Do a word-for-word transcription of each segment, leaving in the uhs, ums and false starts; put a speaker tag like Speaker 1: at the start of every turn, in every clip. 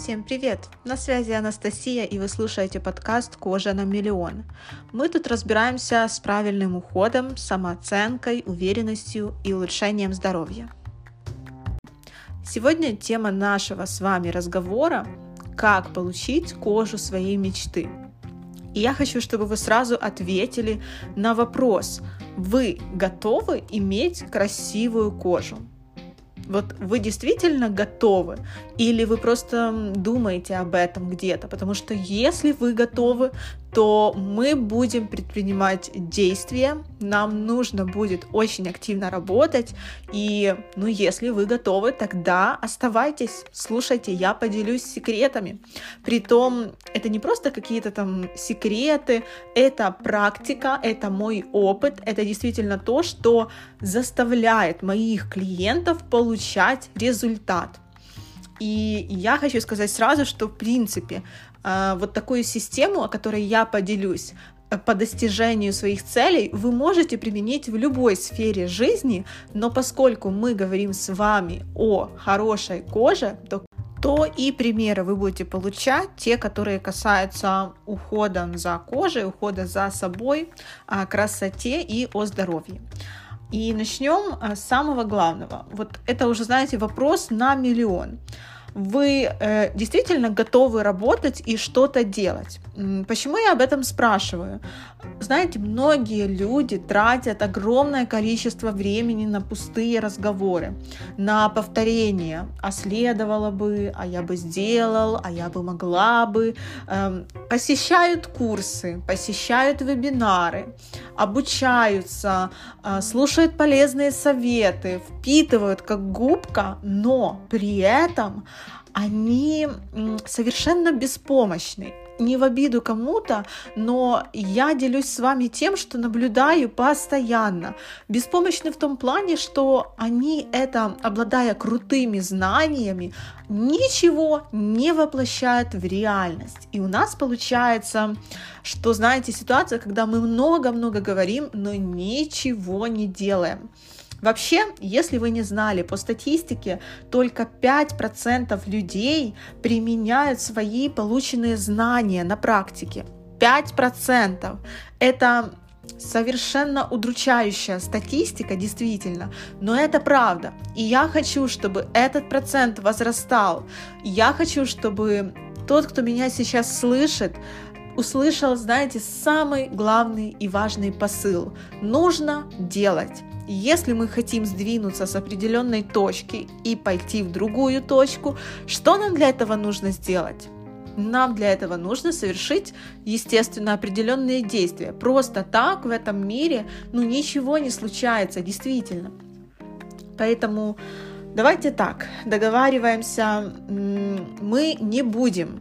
Speaker 1: Всем привет! На связи Анастасия, и вы слушаете подкаст «Кожа на миллион». Мы тут разбираемся с правильным уходом, самооценкой, уверенностью и улучшением здоровья. Сегодня тема нашего с вами разговора – как получить кожу своей мечты. И я хочу, чтобы вы сразу ответили на вопрос: вы готовы иметь красивую кожу? Вот вы действительно готовы? Или вы просто думаете об этом где-то? Потому что если вы готовы, то мы будем предпринимать действия, нам нужно будет очень активно работать, и, ну, если вы готовы, тогда оставайтесь, слушайте, я поделюсь секретами. Притом, это не просто какие-то там секреты, это практика, это мой опыт, это действительно то, что заставляет моих клиентов получать результат. И я хочу сказать сразу, что в принципе вот такую систему, о которой я поделюсь, по достижению своих целей, вы можете применить в любой сфере жизни, но поскольку мы говорим с вами о хорошей коже, то то и примеры вы будете получать, те, которые касаются ухода за кожей, ухода за собой, красоте и о здоровье. И начнем с самого главного. Вот это уже, знаете, вопрос на миллион. Вы э, действительно готовы работать и что-то делать? Почему я об этом спрашиваю? Знаете, многие люди тратят огромное количество времени на пустые разговоры, на повторение: а следовало бы, а я бы сделал, а я бы могла бы. Э, посещают курсы, посещают вебинары, обучаются, э, слушают полезные советы, впитывают как губка, но при этом они совершенно беспомощны. Не в обиду кому-то, но я делюсь с вами тем, что наблюдаю постоянно. Беспомощны в том плане, что они, это, обладая крутыми знаниями, ничего не воплощают в реальность. И у нас получается, что, знаете, ситуация, когда мы много-много говорим, но ничего не делаем. Вообще, если вы не знали, по статистике только пять процентов людей применяют свои полученные знания на практике. пять процентов. Это совершенно удручающая статистика, действительно, но это правда. И я хочу, чтобы этот процент возрастал. Я хочу, чтобы тот, кто меня сейчас слышит, услышал, знаете, самый главный и важный посыл. Нужно делать. Если мы хотим сдвинуться с определенной точки и пойти в другую точку, что нам для этого нужно сделать? Нам для этого нужно совершить, естественно, определенные действия. Просто так в этом мире, ну, ничего не случается, действительно. Поэтому давайте так, договариваемся, мы не будем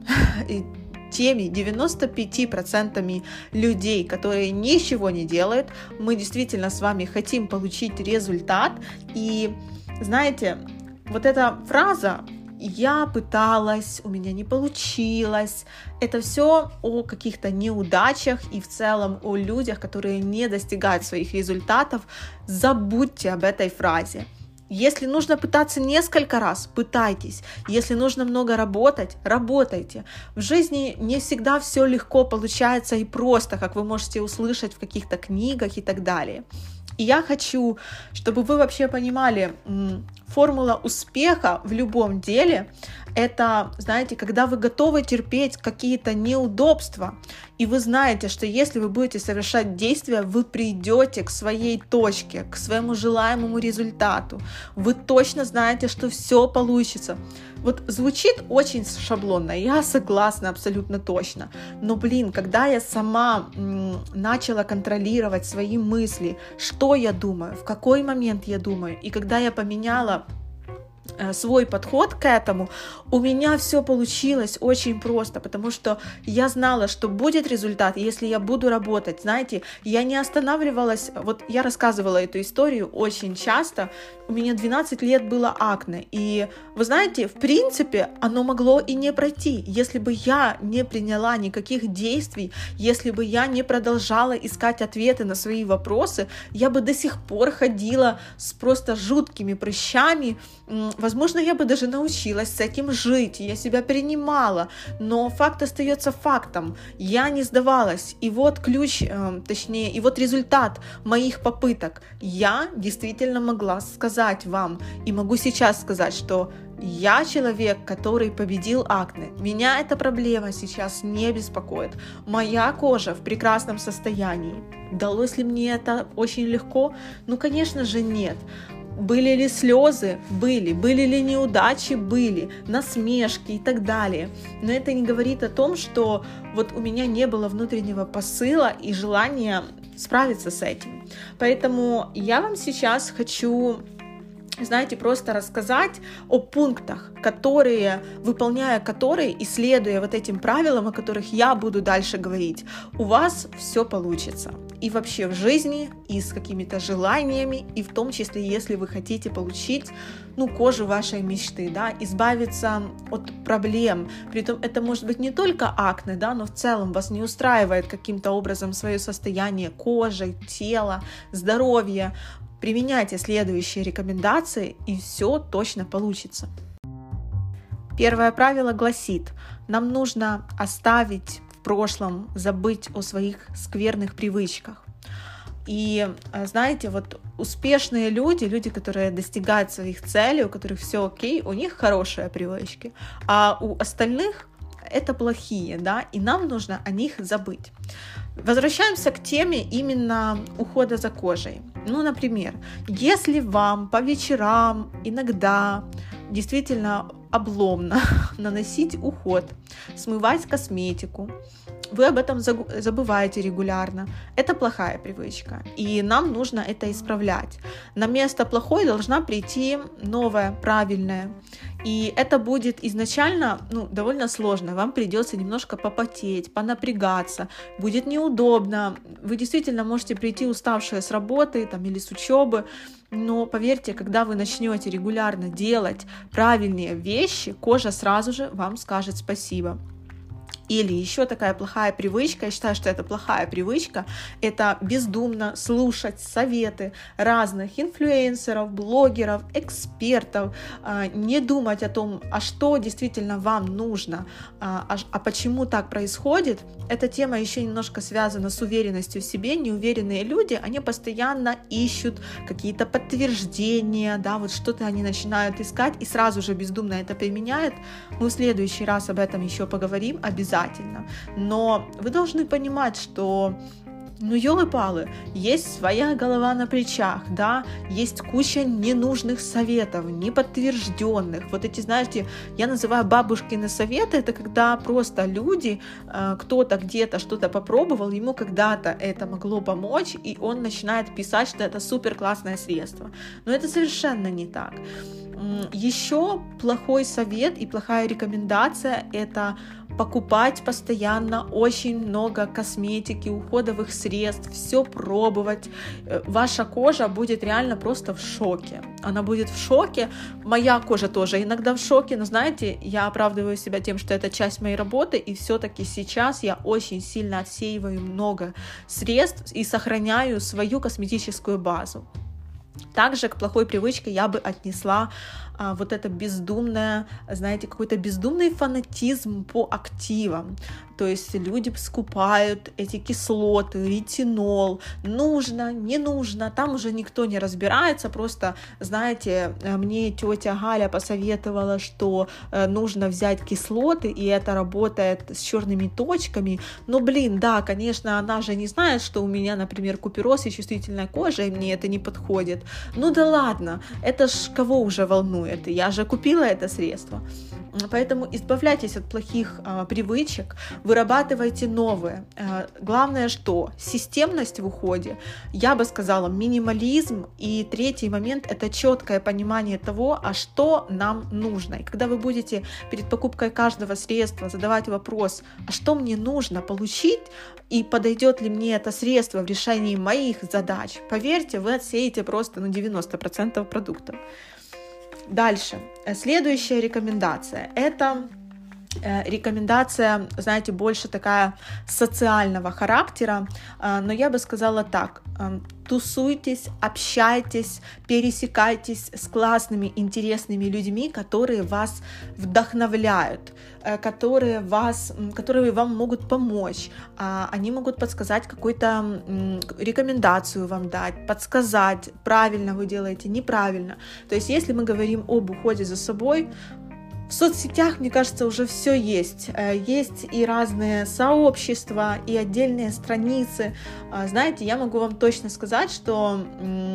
Speaker 1: теми девяноста пяти процентами людей, которые ничего не делают. Мы действительно с вами хотим получить результат. И знаете, вот эта фраза «я пыталась, у меня не получилось», это все о каких-то неудачах и в целом о людях, которые не достигают своих результатов. Забудьте об этой фразе. Если нужно пытаться несколько раз, пытайтесь. Если нужно много работать, работайте. В жизни не всегда все легко получается и просто, как вы можете услышать в каких-то книгах и так далее. И я хочу, чтобы вы вообще понимали, формула успеха в любом деле — это, знаете, когда вы готовы терпеть какие-то неудобства, и вы знаете, что если вы будете совершать действия, вы придете к своей точке, к своему желаемому результату. Вы точно знаете, что все получится. Вот звучит очень шаблонно, я согласна абсолютно точно. Но, блин, когда я сама м, начала контролировать свои мысли, что я думаю, в какой момент я думаю, и когда я поменяла свой подход к этому, у меня все получилось очень просто, потому что я знала, что будет результат, если я буду работать. Знаете, я не останавливалась, вот я рассказывала эту историю очень часто, у меня двенадцать лет было акне, и вы знаете, в принципе, оно могло и не пройти, если бы я не приняла никаких действий, если бы я не продолжала искать ответы на свои вопросы, я бы до сих пор ходила с просто жуткими прыщами, возможно, я бы даже научилась с этим жить, я себя принимала, но факт остается фактом. Я не сдавалась. И вот ключ, точнее, и вот результат моих попыток. Я действительно могла сказать вам, и могу сейчас сказать, что я человек, который победил акне. Меня эта проблема сейчас не беспокоит. Моя кожа в прекрасном состоянии. Далось ли мне это очень легко? Ну, конечно же, нет. Были ли слезы? Были. Были ли неудачи? Были. Насмешки и так далее. Но это не говорит о том, что вот у меня не было внутреннего посыла и желания справиться с этим. Поэтому я вам сейчас хочу, знаете, просто рассказать о пунктах, которые, выполняя которые и следуя вот этим правилам, о которых я буду дальше говорить, у вас все получится. И вообще в жизни, и с какими-то желаниями, и в том числе, если вы хотите получить, ну, кожу вашей мечты, да, избавиться от проблем. Притом это может быть не только акне, да, но в целом вас не устраивает каким-то образом свое состояние кожи, тела, здоровья. Применяйте следующие рекомендации, и все точно получится. Первое правило гласит: нам нужно оставить в прошлом, забыть о своих скверных привычках. И знаете, вот успешные люди, люди, которые достигают своих целей, у которых все окей, у них хорошие привычки, а у остальных это плохие, да, и нам нужно о них забыть. Возвращаемся к теме именно ухода за кожей. Ну, например, если вам по вечерам иногда действительно обломно наносить уход, смывать косметику, вы об этом забываете регулярно. Это плохая привычка, и нам нужно это исправлять. На место плохой должна прийти новая, правильная. И это будет изначально, ну, довольно сложно. Вам придется немножко попотеть, понапрягаться, будет неудобно. Вы действительно можете прийти уставшие с работы там, или с учебы. Но поверьте, когда вы начнете регулярно делать правильные вещи, кожа сразу же вам скажет спасибо. Или еще такая плохая привычка, я считаю, что это плохая привычка, это бездумно слушать советы разных инфлюенсеров, блогеров, экспертов, не думать о том, а что действительно вам нужно, а, а почему так происходит. Эта тема еще немножко связана с уверенностью в себе. Неуверенные люди, они постоянно ищут какие-то подтверждения, да, вот что-то они начинают искать и сразу же бездумно это применяют. Мы в следующий раз об этом еще поговорим обязательно. Но вы должны понимать, что, ну, ёлы-палы, есть своя голова на плечах, да, есть куча ненужных советов, неподтвержденных. Вот эти, знаете, я называю бабушкины советы, это когда просто люди, кто-то где-то что-то попробовал, ему когда-то это могло помочь, и он начинает писать, что это супер классное средство. Но это совершенно не так. Еще плохой совет и плохая рекомендация — это покупать постоянно очень много косметики, уходовых средств, все пробовать. Ваша кожа будет реально просто в шоке. Она будет в шоке. Моя кожа тоже иногда в шоке, но знаете, я оправдываю себя тем, что это часть моей работы, и все-таки сейчас я очень сильно отсеиваю много средств и сохраняю свою косметическую базу. Также к плохой привычке я бы отнесла а, вот это бездумное, знаете, какой-то бездумный фанатизм по активам. То есть люди скупают эти кислоты, ретинол, нужно, не нужно, там уже никто не разбирается, просто, знаете, мне тетя Галя посоветовала, что нужно взять кислоты, и это работает с черными точками. Но, блин, да, конечно, она же не знает, что у меня, например, купероз и чувствительная кожа, и мне это не подходит. Ну да ладно, это ж кого уже волнует, я же купила это средство. Поэтому избавляйтесь от плохих а, привычек, вырабатывайте новые. А, главное, что системность в уходе, я бы сказала, минимализм. И третий момент — это четкое понимание того, а что нам нужно. И когда вы будете перед покупкой каждого средства задавать вопрос, а что мне нужно получить, и подойдет ли мне это средство в решении моих задач, поверьте, вы отсеете просто ну, девяносто процентов продуктов. Дальше. Следующая рекомендация – это Рекомендация, знаете, больше такая социального характера, но я бы сказала так: тусуйтесь, общайтесь, пересекайтесь с классными, интересными людьми, которые вас вдохновляют, которые, вас, которые вам могут помочь. Они могут подсказать какую-то рекомендацию вам дать, подсказать, правильно вы делаете, неправильно. То есть если мы говорим об уходе за собой, в соцсетях, мне кажется, уже все есть. Есть и разные сообщества, и отдельные страницы. Знаете, я могу вам точно сказать, что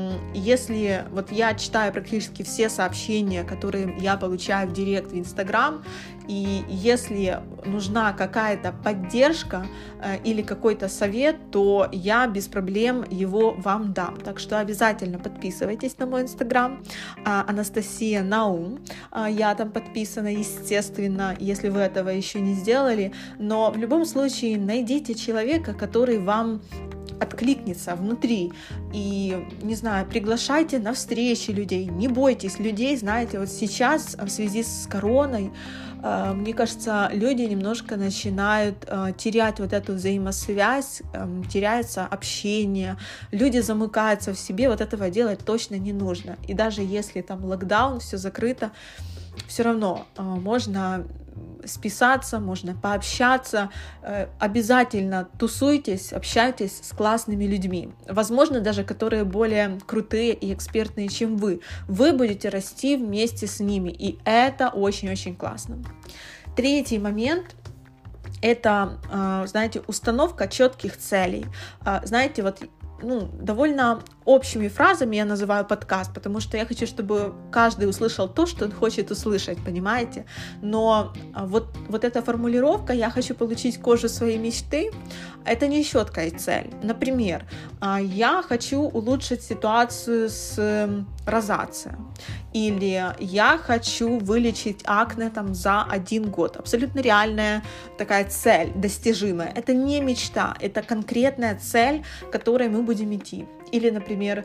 Speaker 1: если вот я читаю практически все сообщения, которые я получаю в директ в Инстаграм, и если нужна какая-то поддержка э, или какой-то совет, то я без проблем его вам дам. Так что обязательно подписывайтесь на мой Инстаграм, э, Анастасия Наум. Э, я там подписана, естественно, если вы этого еще не сделали. Но в любом случае найдите человека, который вам откликнется внутри, и, не знаю, приглашайте на встречи людей, не бойтесь людей. Знаете, вот сейчас в связи с короной, мне кажется, люди немножко начинают терять вот эту взаимосвязь, теряется общение, люди замыкаются в себе, вот этого делать точно не нужно. И даже если там локдаун, все закрыто, все равно можно списаться, можно пообщаться. Обязательно тусуйтесь, общайтесь с классными людьми. Возможно, даже которые более крутые и экспертные, чем вы. Вы будете расти вместе с ними, и это очень-очень классно. Третий момент — это, знаете, установка четких целей. Знаете, вот ну, довольно общими фразами я называю подкаст, потому что я хочу, чтобы каждый услышал то, что он хочет услышать, понимаете? Но вот, вот эта формулировка «я хочу получить кожу своей мечты» — это не четкая цель. Например, я хочу улучшить ситуацию с розацией, или я хочу вылечить акне там за один год. Абсолютно реальная такая цель, достижимая. Это не мечта, это конкретная цель, к которой мы будем идти. Или, например,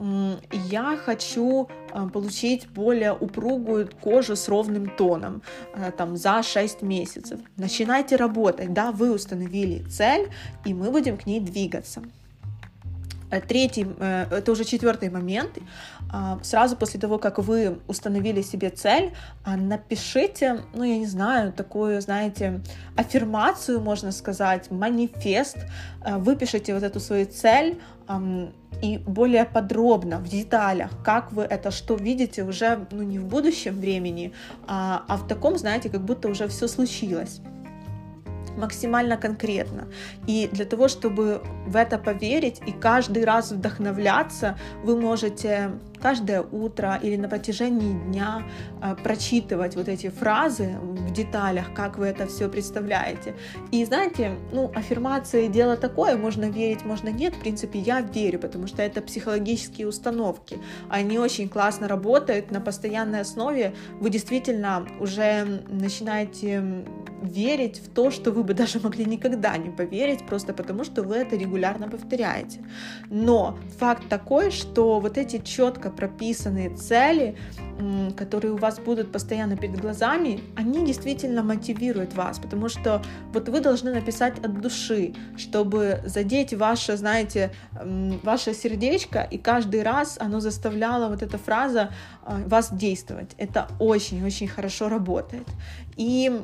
Speaker 1: я хочу получить более упругую кожу с ровным тоном там, за шесть месяцев. Начинайте работать, да, вы установили цель, и мы будем к ней двигаться. Третий, это уже четвертый момент. Сразу после того, как вы установили себе цель, напишите, ну, я не знаю, такую, знаете, аффирмацию, можно сказать, манифест. Выпишите вот эту свою цель и более подробно, в деталях, как вы это, что видите уже, ну, не в будущем времени, а, а в таком, знаете, как будто уже все случилось. Максимально конкретно. И для того, чтобы в это поверить и каждый раз вдохновляться, вы можете каждое утро или на протяжении дня прочитывать вот эти фразы в деталях, как вы это все представляете. И знаете, ну, аффирмации — дело такое, можно верить, можно нет. В принципе, я верю, потому что это психологические установки. Они очень классно работают на постоянной основе. Вы действительно уже начинаете верить в то, что вы бы даже могли никогда не поверить, просто потому что вы это регулярно повторяете. Но факт такой, что вот эти четко прописанные цели, которые у вас будут постоянно перед глазами, они действительно мотивируют вас, потому что вот вы должны написать от души, чтобы задеть ваше, знаете, ваше сердечко, и каждый раз оно заставляло, вот эта фраза, вас действовать. Это очень-очень хорошо работает. И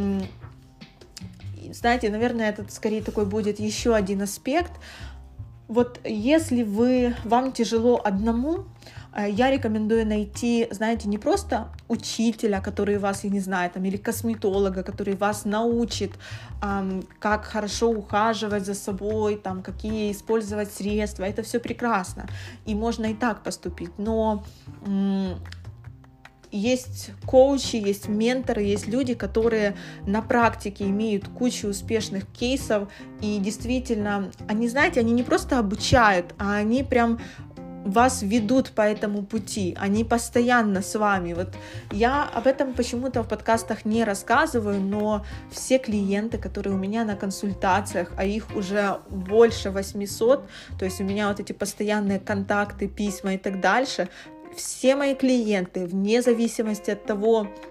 Speaker 1: знаете, наверное, этот скорее такой будет еще один аспект. Вот если вы, вам тяжело одному, я рекомендую найти, знаете, не просто учителя, который вас, я не знаю, там, или косметолога, который вас научит, эм, как хорошо ухаживать за собой, там, какие использовать средства. Это все прекрасно, и можно и так поступить. Но м- есть коучи, есть менторы, есть люди, которые на практике имеют кучу успешных кейсов, и действительно, они, знаете, они не просто обучают, а они прям вас ведут по этому пути, они постоянно с вами. Вот я об этом почему-то в подкастах не рассказываю, но все клиенты, которые у меня на консультациях, а их уже больше восемьсот, то есть у меня вот эти постоянные контакты, письма и так дальше, все мои клиенты, вне зависимости от того,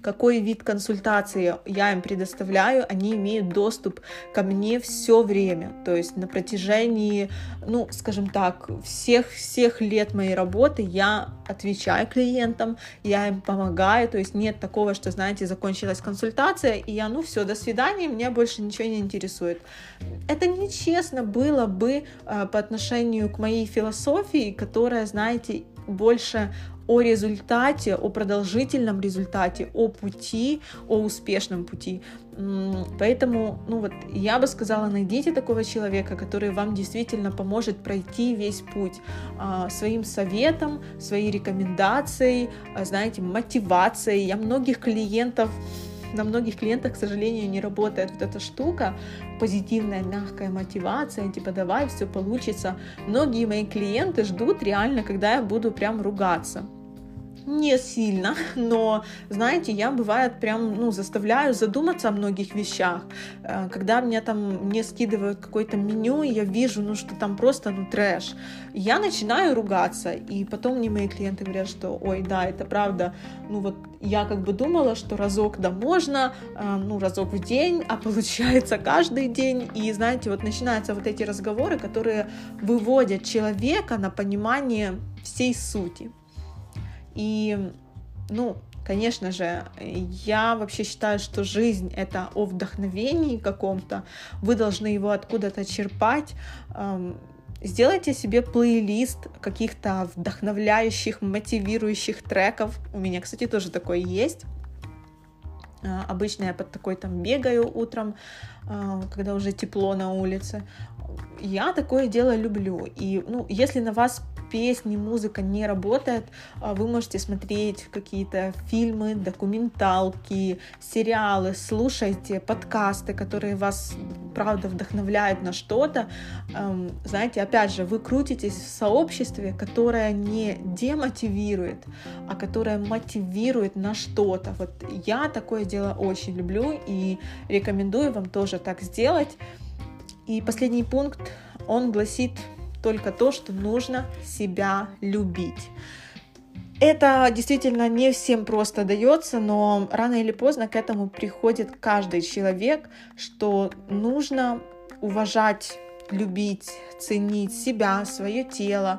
Speaker 1: какой вид консультации я им предоставляю, они имеют доступ ко мне все время, то есть на протяжении, ну, скажем так, всех, всех лет моей работы я отвечаю клиентам, я им помогаю, то есть нет такого, что, знаете, закончилась консультация, и я, ну, все, до свидания, меня больше ничего не интересует. Это нечестно было бы э, по отношению к моей философии, которая, знаете, больше о результате, о продолжительном результате, о пути, о успешном пути. Поэтому, ну вот, я бы сказала, найдите такого человека, который вам действительно поможет пройти весь путь своим советом, своей рекомендацией, знаете, мотивацией. Я многих клиентов На многих клиентах, к сожалению, не работает вот эта штука, позитивная, мягкая мотивация, типа давай, все получится. Многие мои клиенты ждут реально, когда я буду прям ругаться. Не сильно, но, знаете, я, бывает, прям, ну, заставляю задуматься о многих вещах. Когда мне там, мне скидывают какое-то меню, и я вижу, ну, что там просто, ну, трэш, я начинаю ругаться, и потом мне мои клиенты говорят, что, ой, да, это правда, ну, вот я как бы думала, что разок да можно, ну, разок в день, а получается каждый день, и, знаете, вот начинаются вот эти разговоры, которые выводят человека на понимание всей сути. И, ну, конечно же, я вообще считаю, что жизнь — это о вдохновении каком-то. Вы должны его откуда-то черпать. Сделайте себе плейлист каких-то вдохновляющих, мотивирующих треков. У меня, кстати, тоже такое есть. Обычно я под такой там бегаю утром, когда уже тепло на улице. Я такое дело люблю. И, ну, если на вас песни, музыка не работает, вы можете смотреть какие-то фильмы, документалки, сериалы, слушайте подкасты, которые вас, правда, вдохновляют на что-то. Знаете, опять же, вы крутитесь в сообществе, которое не демотивирует, а которое мотивирует на что-то. Вот я такое дело очень люблю и рекомендую вам тоже так сделать. И последний пункт, он гласит только то, что нужно себя любить. Это действительно не всем просто дается, но рано или поздно к этому приходит каждый человек, что нужно уважать, любить, ценить себя, свое тело.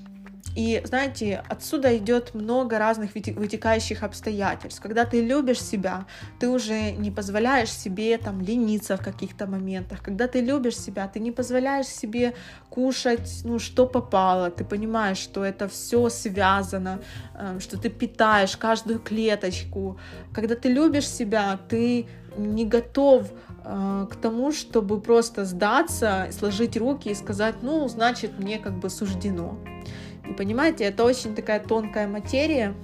Speaker 1: И, знаете, отсюда идет много разных вытекающих обстоятельств. Когда ты любишь себя, ты уже не позволяешь себе там лениться в каких-то моментах. Когда ты любишь себя, ты не позволяешь себе кушать, ну, что попало. Ты понимаешь, что это все связано, что ты питаешь каждую клеточку. Когда ты любишь себя, ты не готов к тому, чтобы просто сдаться, сложить руки и сказать, ну, значит, мне как бы суждено. И понимаете, это очень такая тонкая материя.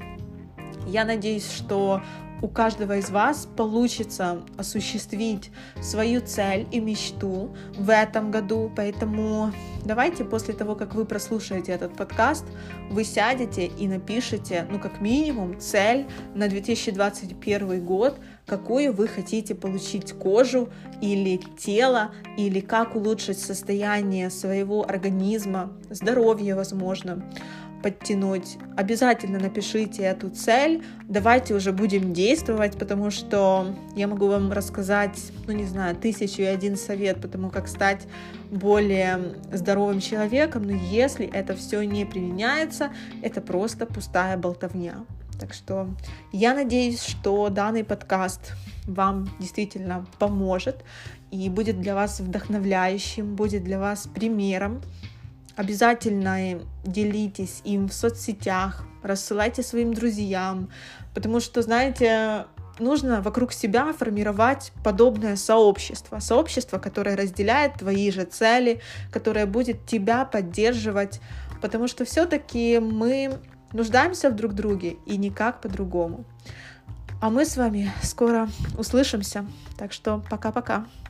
Speaker 1: Я надеюсь, что у каждого из вас получится осуществить свою цель и мечту в этом году. Поэтому давайте после того, как вы прослушаете этот подкаст, вы сядете и напишите, ну, как минимум, цель на две тысячи двадцать первый год, какую вы хотите получить кожу или тело, или как улучшить состояние своего организма, здоровье, возможно, подтянуть. Обязательно напишите эту цель. Давайте уже будем действовать, потому что я могу вам рассказать, ну не знаю, тысячу и один совет, потому как стать более здоровым человеком, но если это все не применяется, это просто пустая болтовня. Так что я надеюсь, что данный подкаст вам действительно поможет и будет для вас вдохновляющим, будет для вас примером. Обязательно делитесь им в соцсетях, рассылайте своим друзьям, потому что, знаете, нужно вокруг себя формировать подобное сообщество. Сообщество, которое разделяет твои же цели, которое будет тебя поддерживать, потому что все-таки мы нуждаемся в друг друге и никак по-другому. А мы с вами скоро услышимся, так что пока-пока.